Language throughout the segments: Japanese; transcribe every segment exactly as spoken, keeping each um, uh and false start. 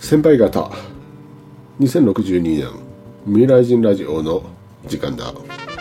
先輩方、にせんろくじゅうにねん未来人ラジオの時間だ。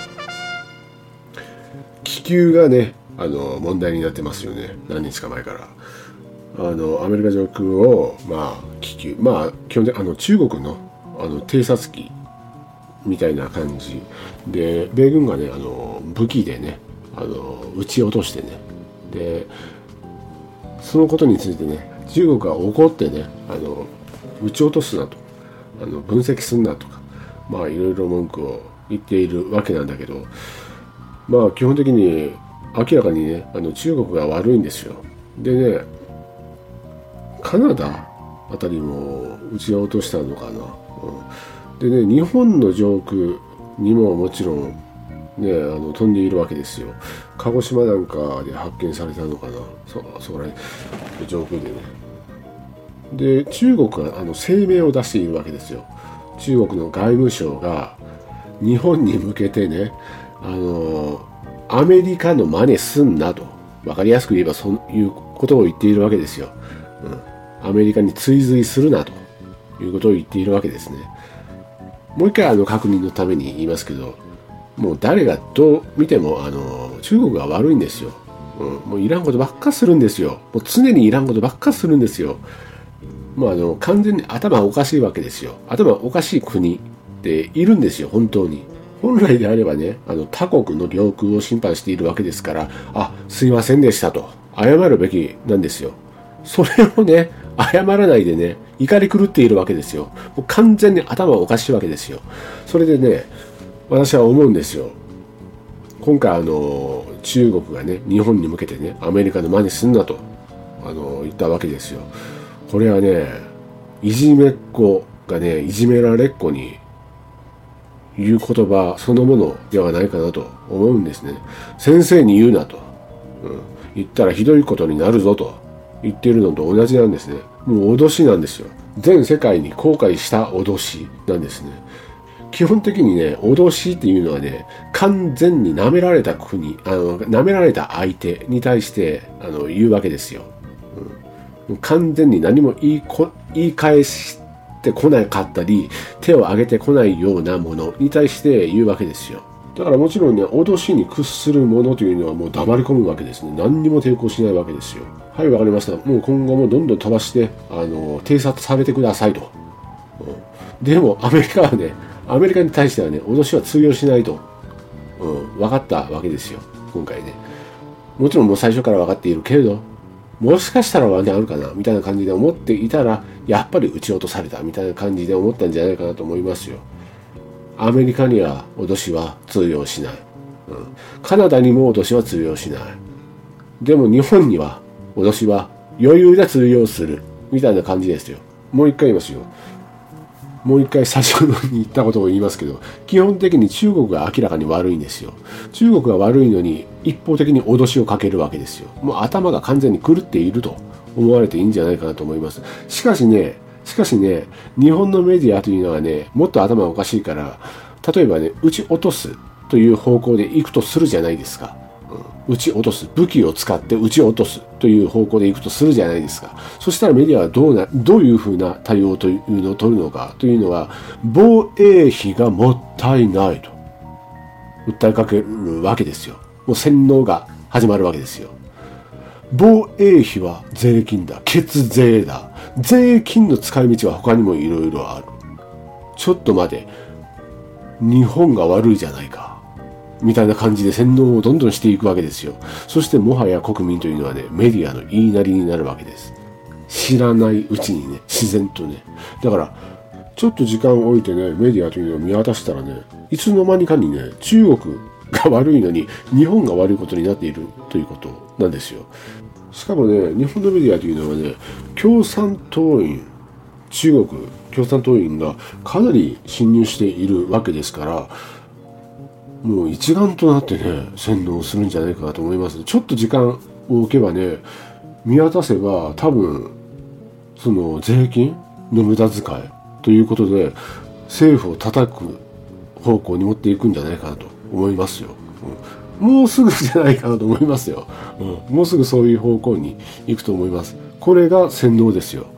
気球がね、あの問題になってますよね。何日か前からあのアメリカ上空を、まあ気球、まあ基本的にあの中国のあの偵察機みたいな感じで、米軍がね、あの武器でね、あの撃ち落としてね、でそのことについてね、中国が怒ってね、あの撃ち落とすなと、あの分析すんなとか、まあいろいろ文句を言っているわけなんだけど、まあ基本的に明らかにね、あの中国が悪いんですよ。でね、カナダあたりも撃ち落としたのかな、うん、でね、日本の上空にももちろんね、あの飛んでいるわけですよ。鹿児島なんかで発見されたのかな、そそこら辺上空でね。で中国があの声明を出しているわけですよ。中国の外務省が日本に向けてね、あのアメリカの真似すんなと、分かりやすく言えばそういうことを言っているわけですよ、うん、アメリカに追随するなということを言っているわけですね。もう一回あの確認のために言いますけど、もう誰がどう見てもあの中国が悪いんですよ、うん、もういらんことばっかするんですよ。もう常にいらんことばっかするんですよ。もうあの完全に頭おかしいわけですよ。頭おかしい国っているんですよ、本当に。本来であればね、あの他国の領空を侵犯しているわけですから、あ、すいませんでしたと謝るべきなんですよ。それをね、謝らないでね、怒り狂っているわけですよ。もう完全に頭おかしいわけですよ。それでね、私は思うんですよ。今回あの中国がね、日本に向けてね、アメリカの真似すんなとあの言ったわけですよ。これはね、いじめっ子がね、いじめられっ子に言う言葉そのものではないかなと思うんですね。先生に言うなと、うん、言ったらひどいことになるぞと言っているのと同じなんですね。もう脅しなんですよ。全世界に公開した脅しなんですね。基本的にね、脅しっていうのはね、完全に舐められた国、あの舐められた相手に対してあの言うわけですよ、うん、完全に何も言いこ言い返してこなかったり、手を挙げてこないようなものに対して言うわけですよ。だからもちろんね、脅しに屈するものというのはもう黙り込むわけですね。何にも抵抗しないわけですよ。はい、わかりました。もう今後もどんどん飛ばしてあの偵察されてくださいと、うん、でもアメリカはね、アメリカに対してはね、脅しは通用しないと、うん、分かったわけですよ、今回ね。もちろんもう最初から分かっているけれど、もしかしたらワンチャンあるかなみたいな感じで思っていたら、やっぱり撃ち落とされたみたいな感じで思ったんじゃないかなと思いますよ。アメリカには脅しは通用しない、うん、カナダにも脅しは通用しない。でも日本には脅しは余裕で通用するみたいな感じですよ。もう一回言いますよ。もう一回最初に言ったことを言いますけど、基本的に中国が明らかに悪いんですよ。中国が悪いのに一方的に脅しをかけるわけですよ。もう頭が完全に狂っていると思われていいんじゃないかなと思います。しかしね、しかしね、日本のメディアというのはね、もっと頭おかしいから、例えばね、撃ち落とすという方向で行くとするじゃないですか。撃ち落とす、武器を使って撃ち落とすという方向で行くとするじゃないですか。そしたらメディアはどうな、どういうふうな対応というのを取るのかというのは、防衛費がもったいないと訴えかけるわけですよ。もう洗脳が始まるわけですよ。防衛費は税金だ、血税だ、税金の使い道は他にもいろいろある。ちょっと待て、日本が悪いじゃないかみたいな感じで洗脳をどんどんしていくわけですよ。そしてもはや国民というのはね、メディアの言いなりになるわけです。知らないうちにね、自然とね。だからちょっと時間を置いてね、メディアというのを見渡したらね、いつの間にかにね、中国が悪いのに日本が悪いことになっているということなんですよ。しかもね、日本のメディアというのはね、共産党員、中国共産党員がかなり侵入しているわけですから、もう一丸となってね、洗脳するんじゃないかなと思います。ちょっと時間を置けばね、見渡せば多分その税金の無駄遣いということで政府を叩く方向に持っていくんじゃないかなと思いますよ、うん、もうすぐじゃないかなと思いますよ、うん、もうすぐそういう方向に行くと思います。これが洗脳ですよ。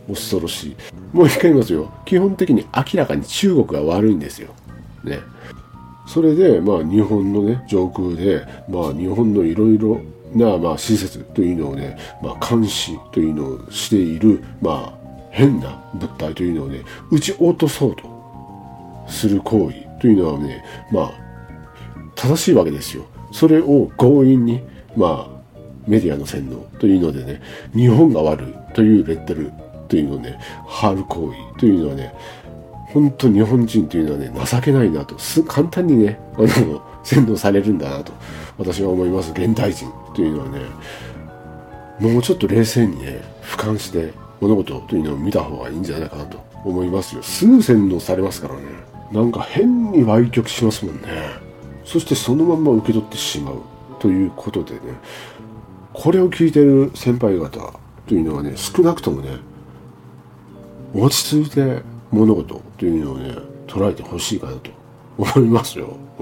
恐ろしい。もう一回言いますよ。基本的に明らかに中国が悪いんですよ。ね。それで、まあ日本のね、上空で、まあ日本のいろいろな、まあ施設というのをね、まあ監視というのをしている、まあ変な物体というのをね、撃ち落とそうとする行為というのはね、まあ正しいわけですよ。それを強引に、まあメディアの洗脳というのでね、日本が悪いというレッテルというのをね、貼る行為というのはね、本当日本人というのはね、情けないなと、す簡単にね、あの、洗脳されるんだなと、私は思います。現代人というのはね、もうちょっと冷静にね、俯瞰して物事というのを見た方がいいんじゃないかなと思いますよ。すぐ洗脳されますからね。なんか変に歪曲しますもんね。そしてそのまま受け取ってしまうということでね、これを聞いている先輩方というのはね、少なくともね、落ち着いて物事というのをね、捉えてほしいかなと思いますよ。うん、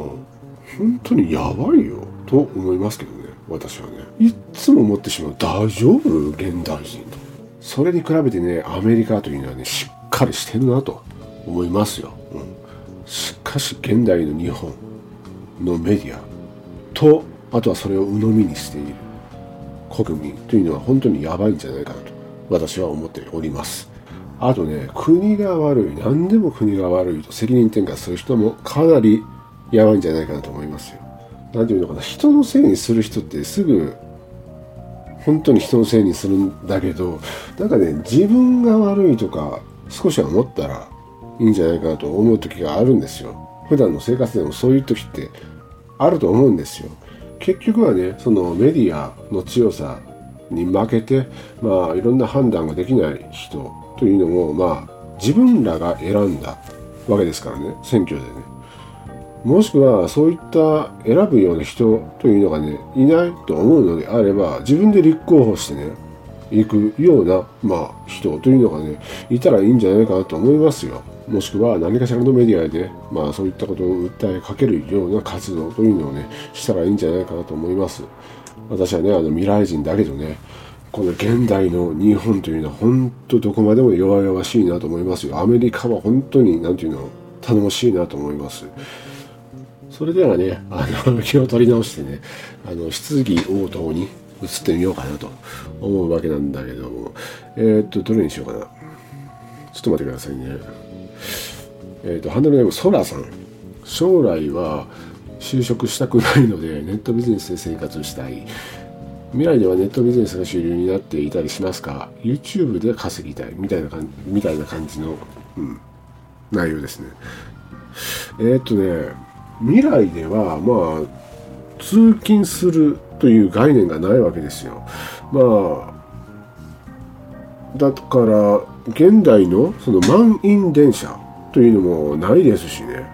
本当にやばいよと思いますけどね、私はね。いっつも思ってしまう。大丈夫？現代人と。それに比べてね、アメリカというのはね、しっかりしてるなと思いますよ。うん、しかし現代の日本のメディアと、あとはそれを鵜呑みにしている国民というのは本当にやばいんじゃないかなと私は思っております。あとね、国が悪い、何でも国が悪いと責任転嫁する人もかなりやばいんじゃないかなと思いますよ。なんていうのかな、人のせいにする人ってすぐ本当に人のせいにするんだけど、なんかね、自分が悪いとか少しは思ったらいいんじゃないかなと思う時があるんですよ。普段の生活でもそういう時ってあると思うんですよ。結局はね、そのメディアの強さに負けて、まあいろんな判断ができない人というのも、まあ自分らが選んだわけですからね、選挙でね。もしくはそういった選ぶような人というのがね、いないと思うのであれば、自分で立候補してね、行くような、まあ人というのがね、いたらいいんじゃないかなと思いますよ。もしくは何かしらのメディアで、まあそういったことを訴えかけるような活動というのをね、したらいいんじゃないかなと思います。私はね、あの未来人だけどね、この現代の日本というのは本当どこまでも弱々しいなと思いますよ。アメリカは本当になんていうの、頼もしいなと思います。それではね、あの気を取り直してね、あの質疑応答に移ってみようかなと思うわけなんだけども、えー、っとどれにしようかな。ちょっと待ってくださいね。えー、っとハンドルネームソラさん。将来は就職したくないのでネットビジネスで生活したい。未来ではネットビジネスが主流になっていたりしますか？ YouTube で稼ぎたいみたいな感じ、みたいな感じの、うん、内容ですね。えー、っとね、未来ではまあ通勤するという概念がないわけですよ。まあだから現代のその満員電車というのもないですしね。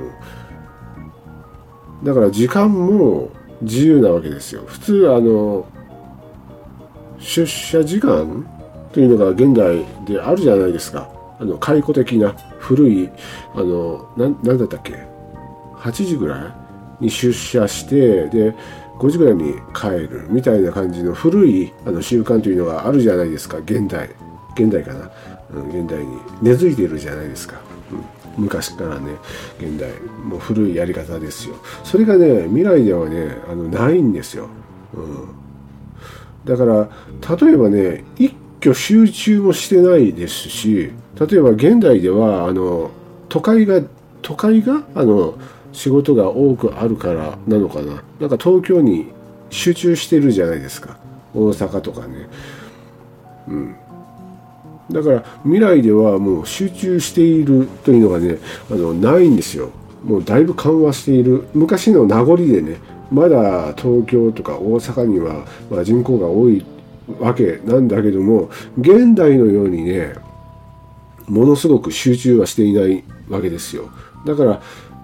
うん、だから時間も自由なわけですよ。普通あの出社時間というのが現代であるじゃないですか。あの解雇的な古いあのななんだったっけ、はちじぐらいに出社してでごじぐらいに帰るみたいな感じの古いあの習慣というのがあるじゃないですか。現代現代かな、うん、現代に根付いているじゃないですか。うん、昔からね、現代もう古いやり方ですよ。それがね、未来ではね、あのないんですよ。うん、だから例えばね、一挙集中もしてないですし、例えば現代ではあの都会が都会があの仕事が多くあるからなのかな。なんか東京に集中してるじゃないですか。大阪とかね。うん。だから未来ではもう集中しているというのがね、あのないんですよ。もうだいぶ緩和している。昔の名残でね、まだ東京とか大阪には、まあ、人口が多いわけなんだけども、現代のようにね、ものすごく集中はしていないわけですよ。だから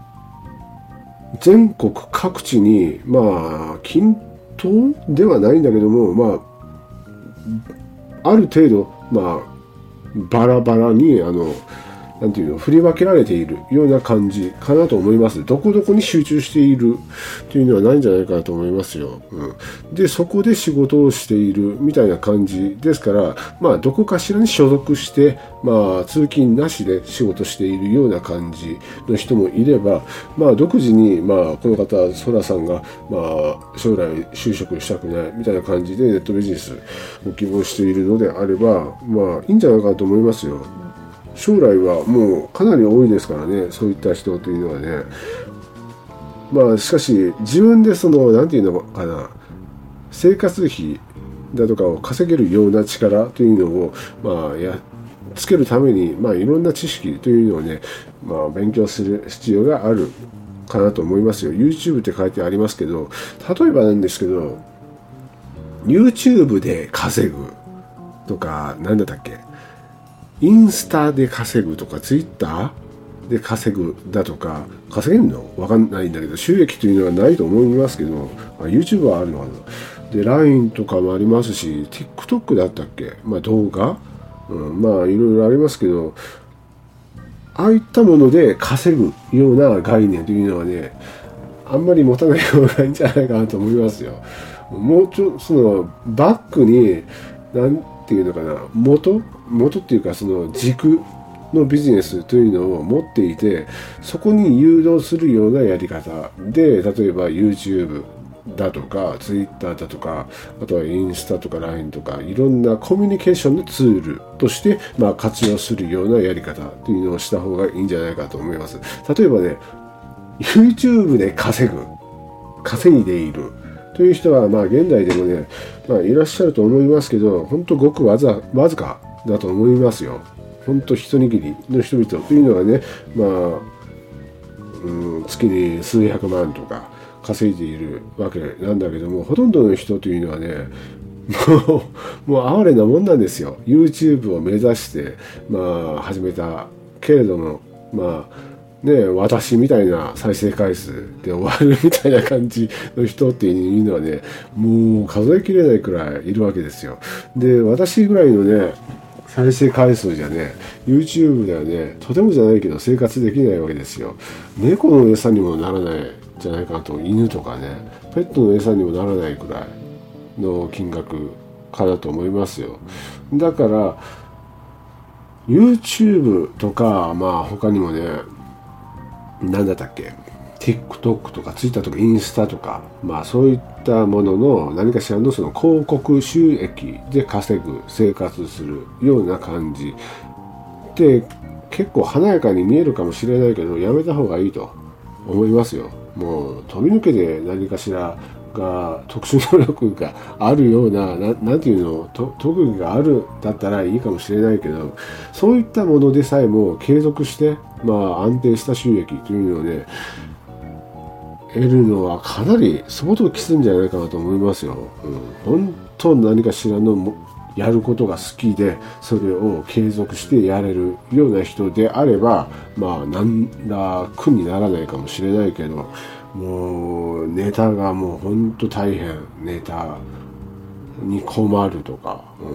全国各地にまあ均等ではないんだけども、まあある程度まあバラバラにあのなんていうの、振り分けられているような感じかなと思います。どこどこに集中しているというのはないんじゃないかなと思いますよ。うん、で、そこで仕事をしているみたいな感じですから、まあ、どこかしらに所属して、まあ、通勤なしで仕事しているような感じの人もいれば、まあ、独自に、まあ、この方、ソラさんが、まあ、将来就職したくないみたいな感じでネットビジネスを希望しているのであれば、まあ、いいんじゃないかなと思いますよ。将来はもうかなり多いですからね、そういった人というのはね。まあしかし自分でそのなんていうのかな、生活費だとかを稼げるような力というのをまあやつけるために、まあいろんな知識というのをね、まあ勉強する必要があるかなと思いますよ。YouTube って書いてありますけど、例えばなんですけど、YouTube で稼ぐとか、なんだったっけ、インスタで稼ぐとか、ツイッターで稼ぐだとか、稼げるのわかんないんだけど、収益というのはないと思いますけど、YouTube はあるのかな。で、ライン とかもありますし、TikTok だったっけ、まあ動画、うん、まあいろいろありますけど、ああいったもので稼ぐような概念というのはね、あんまり持たない方がいいんじゃないかなと思いますよ。もうちょっと、その、バックに、なんていうのかな、元元っていうかその軸のビジネスというのを持っていて、そこに誘導するようなやり方で、例えば YouTube だとか Twitter だとか、あとはインスタとか ライン とか、いろんなコミュニケーションのツールとしてまあ活用するようなやり方というのをした方がいいんじゃないかと思います。例えばね、 YouTube で稼ぐ稼いでいるという人はまあ現代でもね、まあ、いらっしゃると思いますけど、本当ごくわずわずかだと思いますよ。本当一握りの人々というのはね、まあ、うん、月に数百万とか稼いでいるわけなんだけども、ほとんどの人というのはね、もう、もう哀れなもんなんですよ。YouTube を目指して、まあ、始めたけれども、まあ、ね、私みたいな再生回数で終わるみたいな感じの人っていうのはね、もう数えきれないくらいいるわけですよ。で、私ぐらいのね、再生回数じゃね、YouTube ではね、とてもじゃないけど生活できないわけですよ。猫の餌にもならないじゃないかなと、犬とかね、ペットの餌にもならないくらいの金額かなと思いますよ。だから、YouTube とか、まあ他にもね、なんだったっけ、 TikTok とか Twitter とかインスタとか、まあそういったものの何かしらのその広告収益で稼ぐ、生活するような感じで、結構華やかに見えるかもしれないけど、やめた方がいいと思いますよ。もう飛び抜けて何かしらが特殊能力があるような、な、なんていうの、と特技があるだったらいいかもしれないけど、そういったものでさえも継続して、まあ安定した収益というのをね、得るのはかなり相当きついんじゃないかなと思いますよ。うん、本当何かしらのやることが好きで、それを継続してやれるような人であれば、まあ何ら苦にならないかもしれないけど、もうネタがもう本当大変、ネタに困るとか、うん、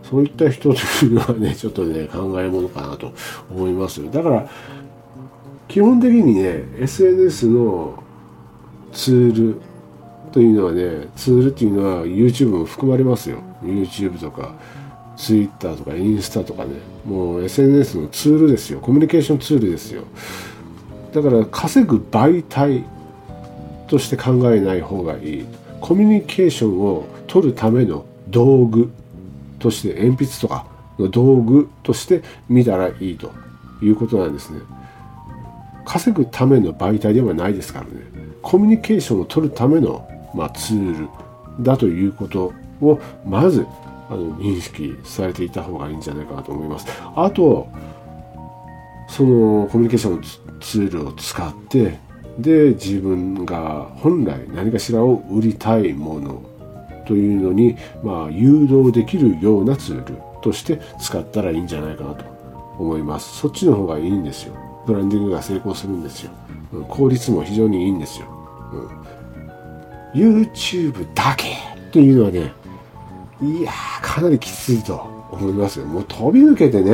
そういった人というのはね、ちょっとね、考えものかなと思いますよ。だから基本的にね、 エスエヌエス のツールというのはね、ツールっていうのは YouTube も含まれますよ。 YouTube とか Twitter とかインスタとかね、もう エスエヌエス のツールですよ。コミュニケーションツールですよ。だから稼ぐ媒体として考えない方がいい。コミュニケーションを取るための道具として、鉛筆とかの道具として見たらいいということなんですね。稼ぐための媒体ではないですからね。コミュニケーションを取るための、まあ、ツールだということをまずあの認識されていた方がいいんじゃないかなと思います。あと、そのコミュニケーションツールを使ってで自分が本来何かしらを売りたいものというのに、まあ、誘導できるようなツールとして使ったらいいんじゃないかなと思います。そっちの方がいいんですよ。ブランディングが成功するんですよ。うん、効率も非常にいいんですよ。うん、YouTube だけというのはね、いやーかなりきついと思いますよ。もう飛び抜けてね、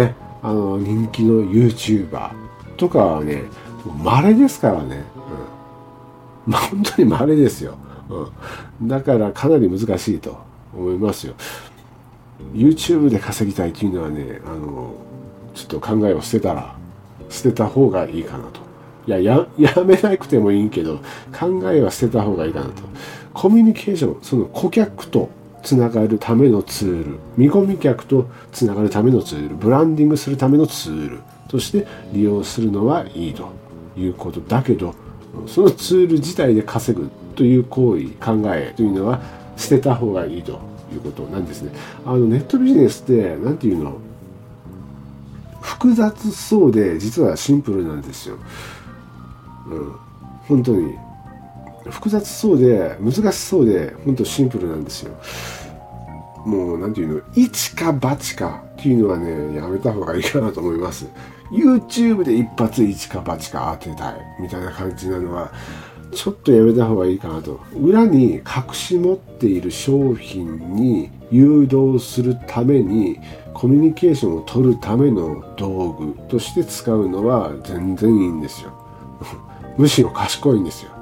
あの人気の YouTuber とかはね稀ですからね、うん、まあ本当に稀ですよ、うん、だからかなり難しいと思いますよ。 YouTube で稼ぎたいっていうのはね、あのちょっと考えを捨てたら捨てた方がいいかなと。いや、や、やめなくてもいいけど、考えは捨てた方がいいかなと。コミュニケーション、その顧客とつながるためのツール、見込み客とつながるためのツール、ブランディングするためのツールとして利用するのはいいということだけど、そのツール自体で稼ぐという行為、考えというのは捨てた方がいいということなんですね。あの、ネットビジネスって、なんていうの、複雑そうで実はシンプルなんですよ。うん、本当に複雑そうで難しそうで本当シンプルなんですよ。もうなんていうの、一か八かっていうのはねやめた方がいいかなと思います。 YouTube で一発一か八か当てたいみたいな感じなのはちょっとやめた方がいいかなと。裏に隠し持っている商品に誘導するためにコミュニケーションを取るための道具として使うのは全然いいんですよむしろ賢いんですよ、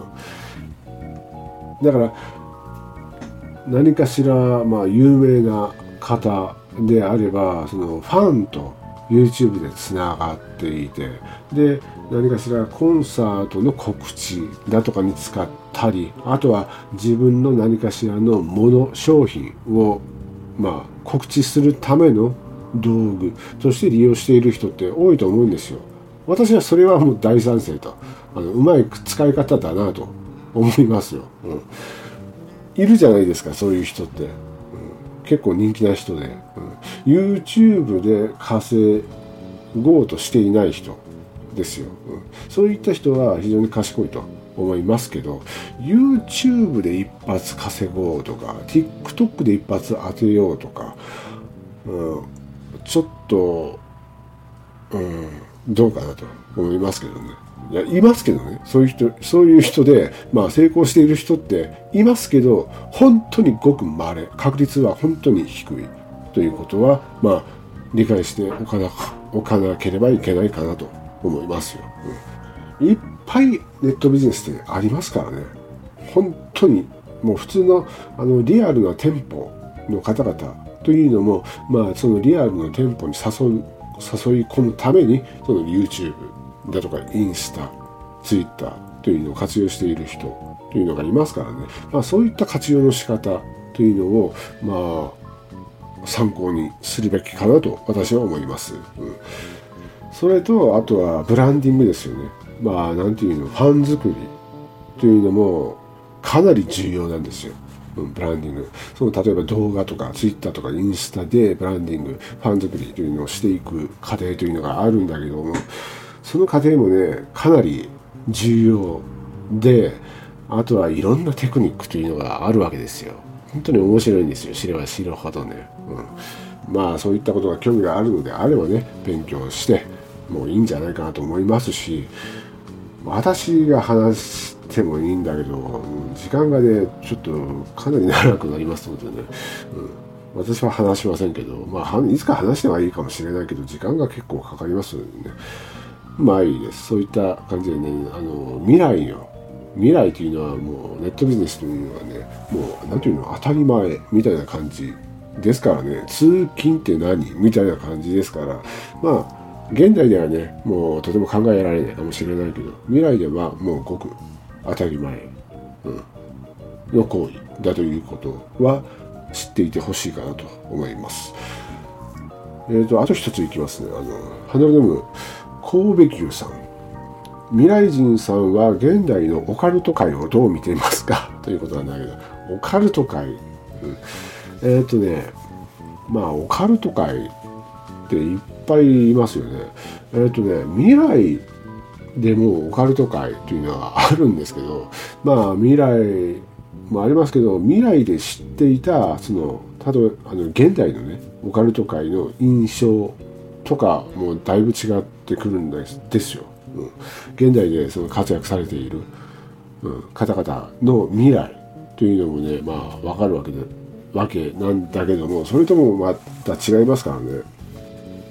うん、だから何かしら、まあ、有名な方であればそのファンと YouTube でつながっていて、で何かしらコンサートの告知だとかに使ったり、あとは自分の何かしらのもの商品を、まあ、告知するための道具として利用している人って多いと思うんですよ。私はそれはもう大賛成と、あのうまい使い方だなと思いますよ、うん、いるじゃないですかそういう人って、うん、結構人気な人で、うん、YouTube で稼ごうとしていない人ですよ、うん、そういった人は非常に賢いと思いますけど、 YouTube で一発稼ごうとか TikTok で一発当てようとか、うん、ちょっと、うん、どうかなと思いますけどね。いや、いますけどね。そういう人、そういう人で、まあ成功している人っていますけど、本当にごく稀。確率は本当に低い。ということは、まあ、理解しておかな、おかなければいけないかなと思いますよ。うん、いっぱいネットビジネスってありますからね。本当に、もう普通の、あの、リアルな店舗の方々というのも、まあ、そのリアルな店舗に誘う、誘い込むためにその YouTube だとかインスタ、Twitter というのを活用している人というのがいますからね、まあ、そういった活用の仕方というのをまあ参考にするべきかなと私は思います、うん、それとあとはブランディングですよね。まあなんていうの、ファン作りというのもかなり重要なんですよ。ブランディング、その例えば動画とかツイッターとかインスタでブランディング、ファン作りというのをしていく過程というのがあるんだけども、その過程もねかなり重要で、あとはいろんなテクニックというのがあるわけですよ。本当に面白いんですよ、知れば知るほどね、うん、まあそういったことが興味があるのであればね勉強してもういいんじゃないかなと思いますし、私が話してもいいんだけど時間がねちょっとかなり長くなりますのでね、うん、私は話しませんけど、まあいつか話してはいいかもしれないけど時間が結構かかりますのでね、まあいいです。そういった感じでね、あの未来の未来というのはもうネットビジネスというのはね、もうなんていうの、当たり前みたいな感じですからね、通勤って何みたいな感じですから、まあ現代ではねもうとても考えられないかもしれないけど、未来ではもうごく当たり前、うん、の行為だということは知っていてほしいかなと思います。えーとあと一ついきますね。あのハンドルネーム神戸牛さん、未来人さんは現代のオカルト界をどう見ていますかということなんだけど、オカルト界、うん、えっ、ー、とねまあオカルト界っていっぱいいますよね。えっ、ー、とね未来でもオカルト界というのはあるんですけど、まあ未来もありますけど、未来で知っていたその例えばあの現代のねオカルト界の印象とかもだいぶ違ってくるんですですよ、うん、現代でその活躍されている、うん、方々の未来というのもねまあ分かるわけでわけなんだけども、それともまた違いますからね。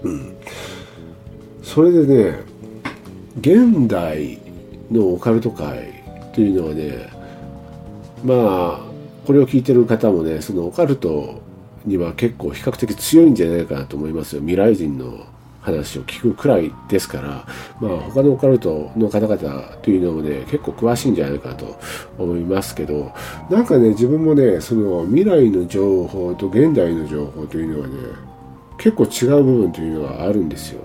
うん、それでね、現代のオカルト界というのはね、まあこれを聞いてる方もね、そのオカルトには結構比較的強いんじゃないかなと思いますよ。未来人の話を聞くくらいですから、まあ他のオカルトの方々というのもね、結構詳しいんじゃないかと思いますけど、なんかね、自分もね、その未来の情報と現代の情報というのはね、結構違う部分というのはあるんですよ。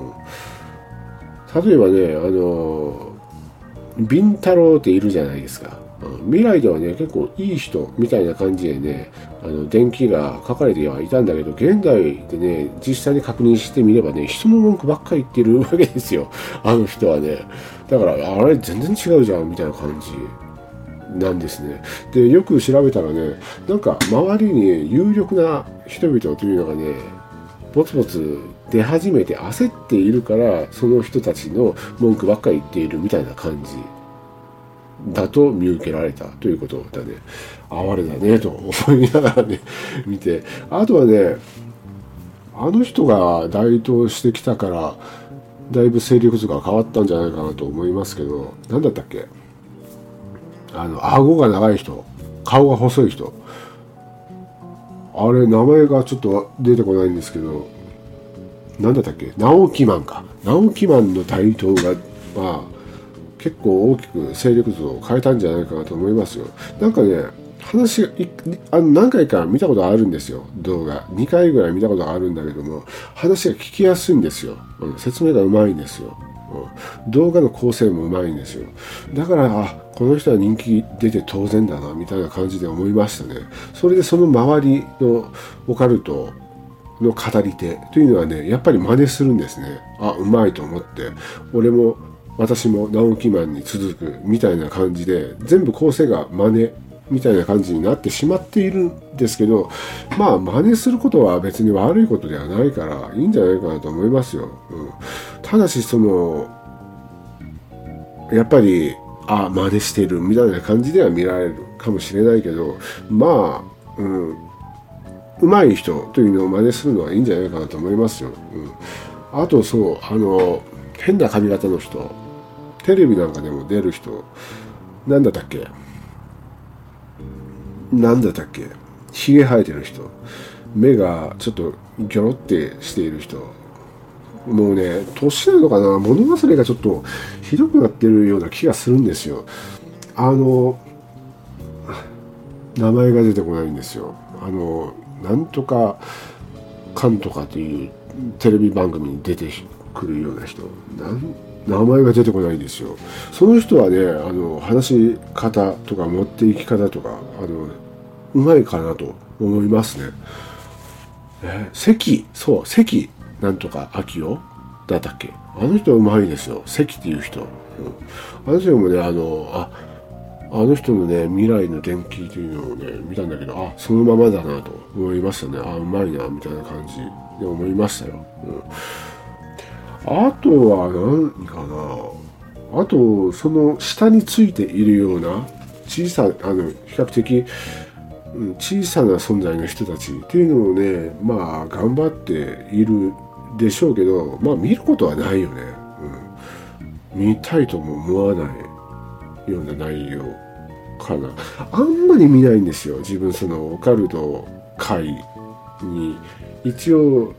うん、例えばね、あのビンタロウっているじゃないですか。未来ではね、結構いい人みたいな感じでね、あの伝記が書かれてはいたんだけど、現代でね、実際に確認してみればね、人の文句ばっかり言ってるわけですよ、あの人はね。だからあれ全然違うじゃんみたいな感じなんですね。で、よく調べたらね、なんか周りに有力な人々というのがね、ぼつぼつ出始めて焦っているから、その人たちの文句ばっかり言っているみたいな感じだと見受けられたということだね。哀れだねと思いながらね見て、あとはね、あの人が台頭してきたからだいぶ勢力図が変わったんじゃないかなと思いますけど、何だったっけ、あの顎が長い人、顔が細い人、あれ名前がちょっと出てこないんですけど、何だったっけ、直木マンか、直木マンの台頭がまあ結構大きく勢力図を変えたんじゃないかなと思いますよ。なんかね、話があの何回か見たことあるんですよ、動画にかいぐらい見たことがあるんだけども、話が聞きやすいんですよ、うん、説明がうまいんですよ、うん、動画の構成もうまいんですよ。だから、あ、この人は人気出て当然だなみたいな感じで思いましたね。それでその周りのオカルトの語り手というのはね、やっぱり真似するんですね。あ、うまいと思って、俺も私も直木マンに続くみたいな感じで、全部構成が真似みたいな感じになってしまっているんですけど、まあ真似することは別に悪いことではないからいいんじゃないかなと思いますよ。うん、ただしそのやっぱりあ真似してるみたいな感じでは見られるかもしれないけど、まあ、うん、上手い人というのを真似するのはいいんじゃないかなと思いますよ。うん、あとそう、あの変な髪型の人、テレビなんかでも出る人、なんだったっけなんだったっけひげ生えてる人、目がちょっとギョロってしている人、もうね、年なのかな、物忘れがちょっとひどくなってるような気がするんですよ。あの名前が出てこないんですよ。あのなんとかかんとかというテレビ番組に出てくるような人、なん名前が出てこないんですよ。その人はね、あの話し方とか持っていき方とか、あのうまいかなと思いますね。え関、そう関なんとか秋代だったっけ、あの人うまいですよ、関っていう人、うん、あの人もね、あのああの人のね未来の伝記というのをね見たんだけど、あそのままだなと思いましたね。あうまいなみたいな感じで思いましたよ。うん、あとは何かな、あとその下についているような小さあの比較的小さな存在の人たちっていうのをね、まあ頑張っているでしょうけど、まあ見ることはないよね。うん、見たいとも思わないような内容かな。あんまり見ないんですよ、自分。そのオカルト界に一応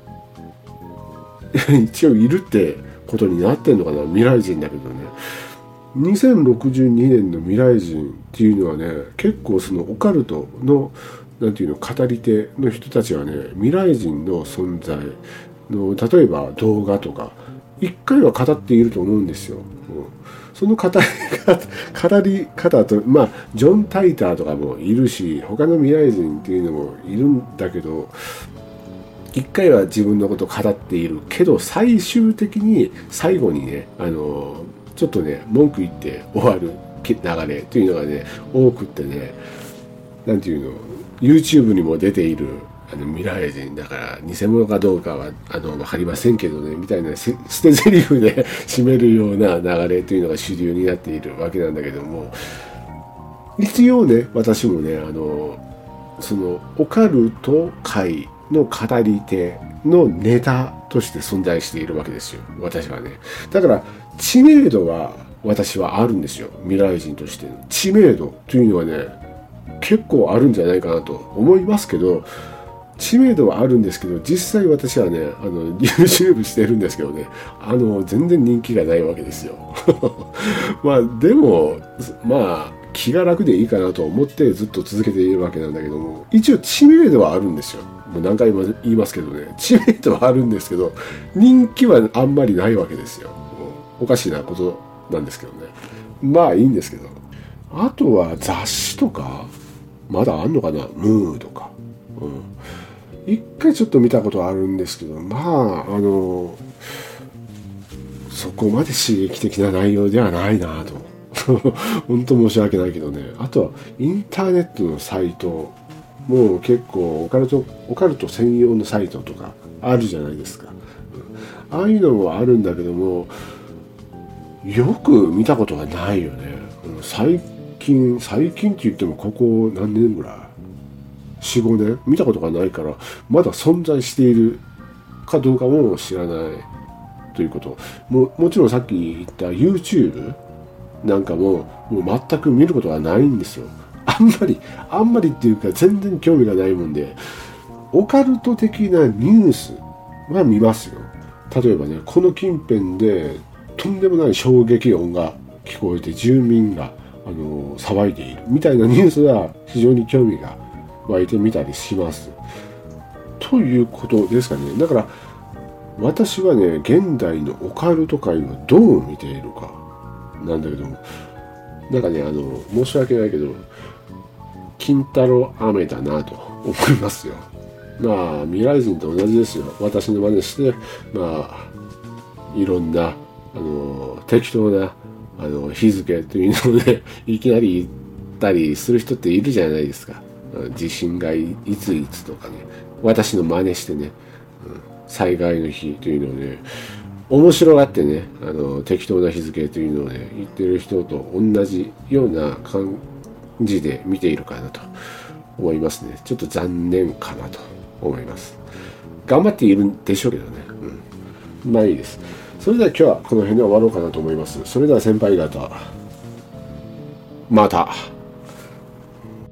一応いるってことになってんのかな、未来人だけどね。にせんろくじゅうにねんの未来人っていうのはね、結構そのオカルトのなんていうの語り手の人たちはね、未来人の存在の例えば動画とか一回は語っていると思うんですよ。うん、その語り方語り方と、まあジョン・タイターとかもいるし、他の未来人っていうのもいるんだけど、一回は自分のことを語っているけど、最終的に最後にね、あのちょっとね文句言って終わる流れというのがね多くってね、なんていうの YouTube にも出ているあの未来人だから偽物かどうかはあの分かりませんけどねみたいな捨て台詞で締めるような流れというのが主流になっているわけなんだけども、一応ね私もねあのそのオカルト界の語り手のネタとして存在しているわけですよ、私はね。だから知名度は私はあるんですよ。未来人としての知名度というのはね、結構あるんじゃないかなと思いますけど、知名度はあるんですけど、実際私はね、あの YouTube してるんですけどね、あの全然人気がないわけですよ。まあでもまあ気が楽でいいかなと思ってずっと続けているわけなんだけども、一応知名度はあるんですよ。もう何回も言いますけどね、知名度はあるんですけど、人気はあんまりないわけですよ。おかしいなことなんですけどね。まあいいんですけど、あとは雑誌とかまだあんのかな、ムーとか。うん一回ちょっと見たことあるんですけど、まああのそこまで刺激的な内容ではないなと本当申し訳ないけどね。あとはインターネットのサイトも結構オカルトオカルト専用のサイトとかあるじゃないですか。ああいうのもあるんだけども、よく見たことがないよね。最近最近って言ってもここ何年ぐらい、よん、ごねん見たことがないから、まだ存在しているかどうかも知らないということ。ももちろんさっき言った YouTube なんかももう全く見ることがないんですよ。あんまりあんまりっていうか全然興味がないもんで、オカルト的なニュースは見ますよ。例えばね、この近辺でとんでもない衝撃音が聞こえて住民があの騒いでいるみたいなニュースは非常に興味が湧いてみたりしますということですかね。だから私はね、現代のオカルト界をどう見ているかなんだけども、なんかね、あの申し訳ないけど金太郎飴だなと思いますよ。まあ未来人と同じですよ。私の真似してまあいろんなあの適当なあの日付というのをねいきなり言ったりする人っているじゃないですか。地震がいついつとかね、私の真似してね、うん、災害の日というのをね面白がってね、あの適当な日付というのをね言ってる人と同じような感じで見ているかなと思いますね。ちょっと残念かなと思います。頑張っているんでしょうけどね、うん、まあいいです。それでは今日はこの辺で終わろうかなと思います。それでは先輩方、また。